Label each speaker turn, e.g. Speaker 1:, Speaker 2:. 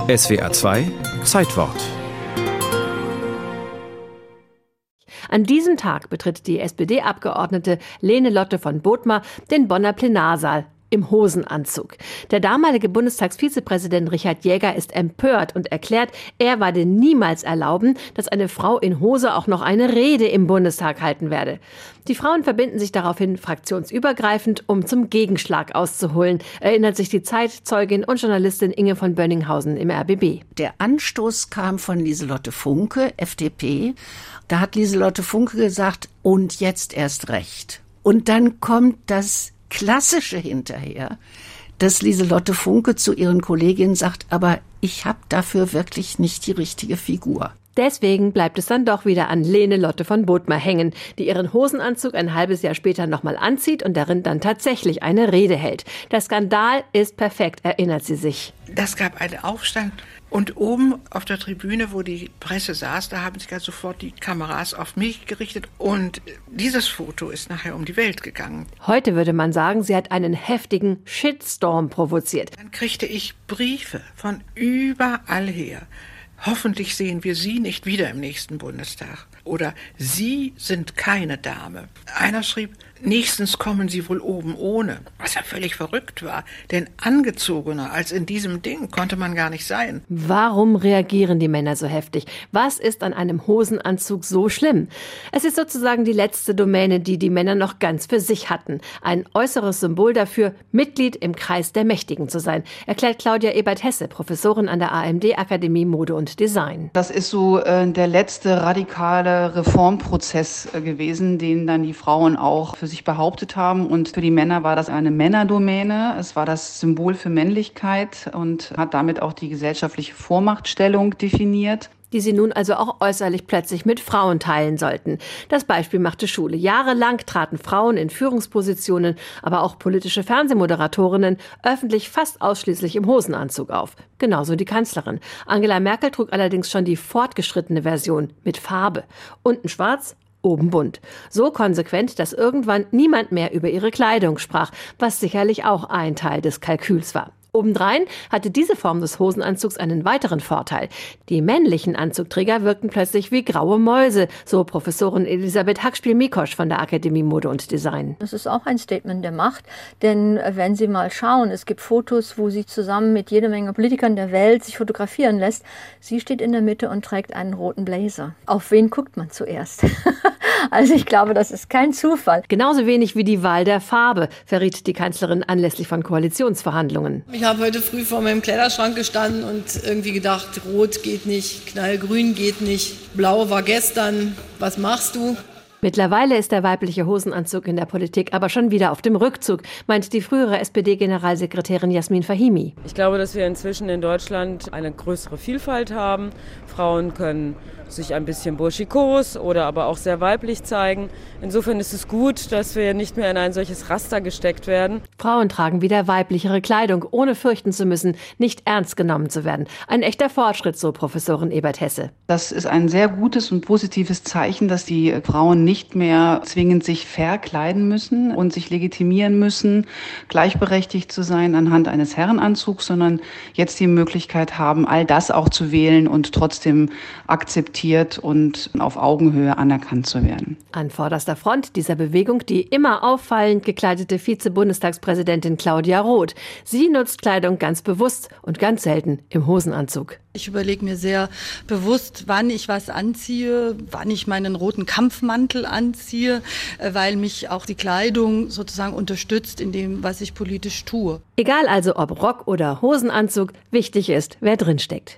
Speaker 1: SWR 2 Zeitwort.
Speaker 2: An diesem Tag betritt die SPD-Abgeordnete Lene Lotte von Bodmer den Bonner Plenarsaal im Hosenanzug. Der damalige Bundestagsvizepräsident Richard Jäger ist empört und erklärt, er werde niemals erlauben, dass eine Frau in Hose auch noch eine Rede im Bundestag halten werde. Die Frauen verbinden sich daraufhin fraktionsübergreifend, um zum Gegenschlag auszuholen, erinnert sich die Zeitzeugin und Journalistin Inge von Bönninghausen im RBB.
Speaker 3: Der Anstoß kam von Lieselotte Funke, FDP. Da hat Lieselotte Funke gesagt, und jetzt erst recht. Und dann kommt das Klassische hinterher, dass Lieselotte Funke zu ihren Kolleginnen sagt, aber ich habe dafür wirklich nicht die richtige Figur.
Speaker 2: Deswegen bleibt es dann doch wieder an Lene Lotte von Bodmer hängen, die ihren Hosenanzug ein halbes Jahr später nochmal anzieht und darin dann tatsächlich eine Rede hält. Der Skandal ist perfekt, erinnert sie sich.
Speaker 4: Das gab einen Aufstand. Und oben auf der Tribüne, wo die Presse saß, da haben sich ganz sofort die Kameras auf mich gerichtet. Und dieses Foto ist nachher um die Welt gegangen.
Speaker 2: Heute würde man sagen, sie hat einen heftigen Shitstorm provoziert.
Speaker 4: Dann kriegte ich Briefe von überall her. Hoffentlich sehen wir Sie nicht wieder im nächsten Bundestag. Oder Sie sind keine Dame. Einer schrieb, nächstens kommen Sie wohl oben ohne. Was ja völlig verrückt war. Denn angezogener als in diesem Ding konnte man gar nicht sein.
Speaker 2: Warum reagieren die Männer so heftig? Was ist an einem Hosenanzug so schlimm? Es ist sozusagen die letzte Domäne, die die Männer noch ganz für sich hatten. Ein äußeres Symbol dafür, Mitglied im Kreis der Mächtigen zu sein, erklärt Claudia Ebert-Hesse, Professorin an der AMD-Akademie Mode und Design.
Speaker 5: Das ist so der letzte radikale Reformprozess gewesen, den dann die Frauen auch für sich behauptet haben. Und für die Männer war das eine Männerdomäne. Es war das Symbol für Männlichkeit und hat damit auch die gesellschaftliche Vormachtstellung definiert,
Speaker 2: Die sie nun also auch äußerlich plötzlich mit Frauen teilen sollten. Das Beispiel machte Schule. Jahrelang traten Frauen in Führungspositionen, aber auch politische Fernsehmoderatorinnen öffentlich fast ausschließlich im Hosenanzug auf. Genauso die Kanzlerin. Angela Merkel trug allerdings schon die fortgeschrittene Version mit Farbe. Unten schwarz, oben bunt. So konsequent, dass irgendwann niemand mehr über ihre Kleidung sprach, was sicherlich auch ein Teil des Kalküls war. Obendrein hatte diese Form des Hosenanzugs einen weiteren Vorteil. Die männlichen Anzugträger wirkten plötzlich wie graue Mäuse, so Professorin Elisabeth Hackspiel-Mikosch von der Akademie Mode und Design.
Speaker 6: Das ist auch ein Statement der Macht, denn wenn Sie mal schauen, es gibt Fotos, wo sie zusammen mit jeder Menge Politikern der Welt sich fotografieren lässt. Sie steht in der Mitte und trägt einen roten Blazer. Auf wen guckt man zuerst? Also ich glaube, das ist kein Zufall.
Speaker 2: Genauso wenig wie die Wahl der Farbe, verriet die Kanzlerin anlässlich von Koalitionsverhandlungen.
Speaker 7: Ich habe heute früh vor meinem Kleiderschrank gestanden und irgendwie gedacht, rot geht nicht, knallgrün geht nicht, blau war gestern, was machst du?
Speaker 2: Mittlerweile ist der weibliche Hosenanzug in der Politik aber schon wieder auf dem Rückzug, meint die frühere SPD-Generalsekretärin Jasmin Fahimi.
Speaker 8: Ich glaube, dass wir inzwischen in Deutschland eine größere Vielfalt haben. Frauen können sich ein bisschen burschikos oder aber auch sehr weiblich zeigen. Insofern ist es gut, dass wir nicht mehr in ein solches Raster gesteckt werden.
Speaker 2: Frauen tragen wieder weiblichere Kleidung, ohne fürchten zu müssen, nicht ernst genommen zu werden. Ein echter Fortschritt, so Professorin Ebert-Hesse.
Speaker 5: Das ist ein sehr gutes und positives Zeichen, dass die Frauen nicht mehr zwingend sich verkleiden müssen und sich legitimieren müssen, gleichberechtigt zu sein anhand eines Herrenanzugs, sondern jetzt die Möglichkeit haben, all das auch zu wählen und trotzdem akzeptiert und auf Augenhöhe anerkannt zu werden.
Speaker 2: An vorderster Front dieser Bewegung die immer auffallend gekleidete Vize-Bundestagspräsidentin Claudia Roth. Sie nutzt Kleidung ganz bewusst und ganz selten im Hosenanzug.
Speaker 9: Ich überlege mir sehr bewusst, wann ich was anziehe, wann ich meinen roten Kampfmantel anziehe, weil mich auch die Kleidung sozusagen unterstützt in dem, was ich politisch tue.
Speaker 2: Egal also ob Rock oder Hosenanzug, wichtig ist, wer drinsteckt.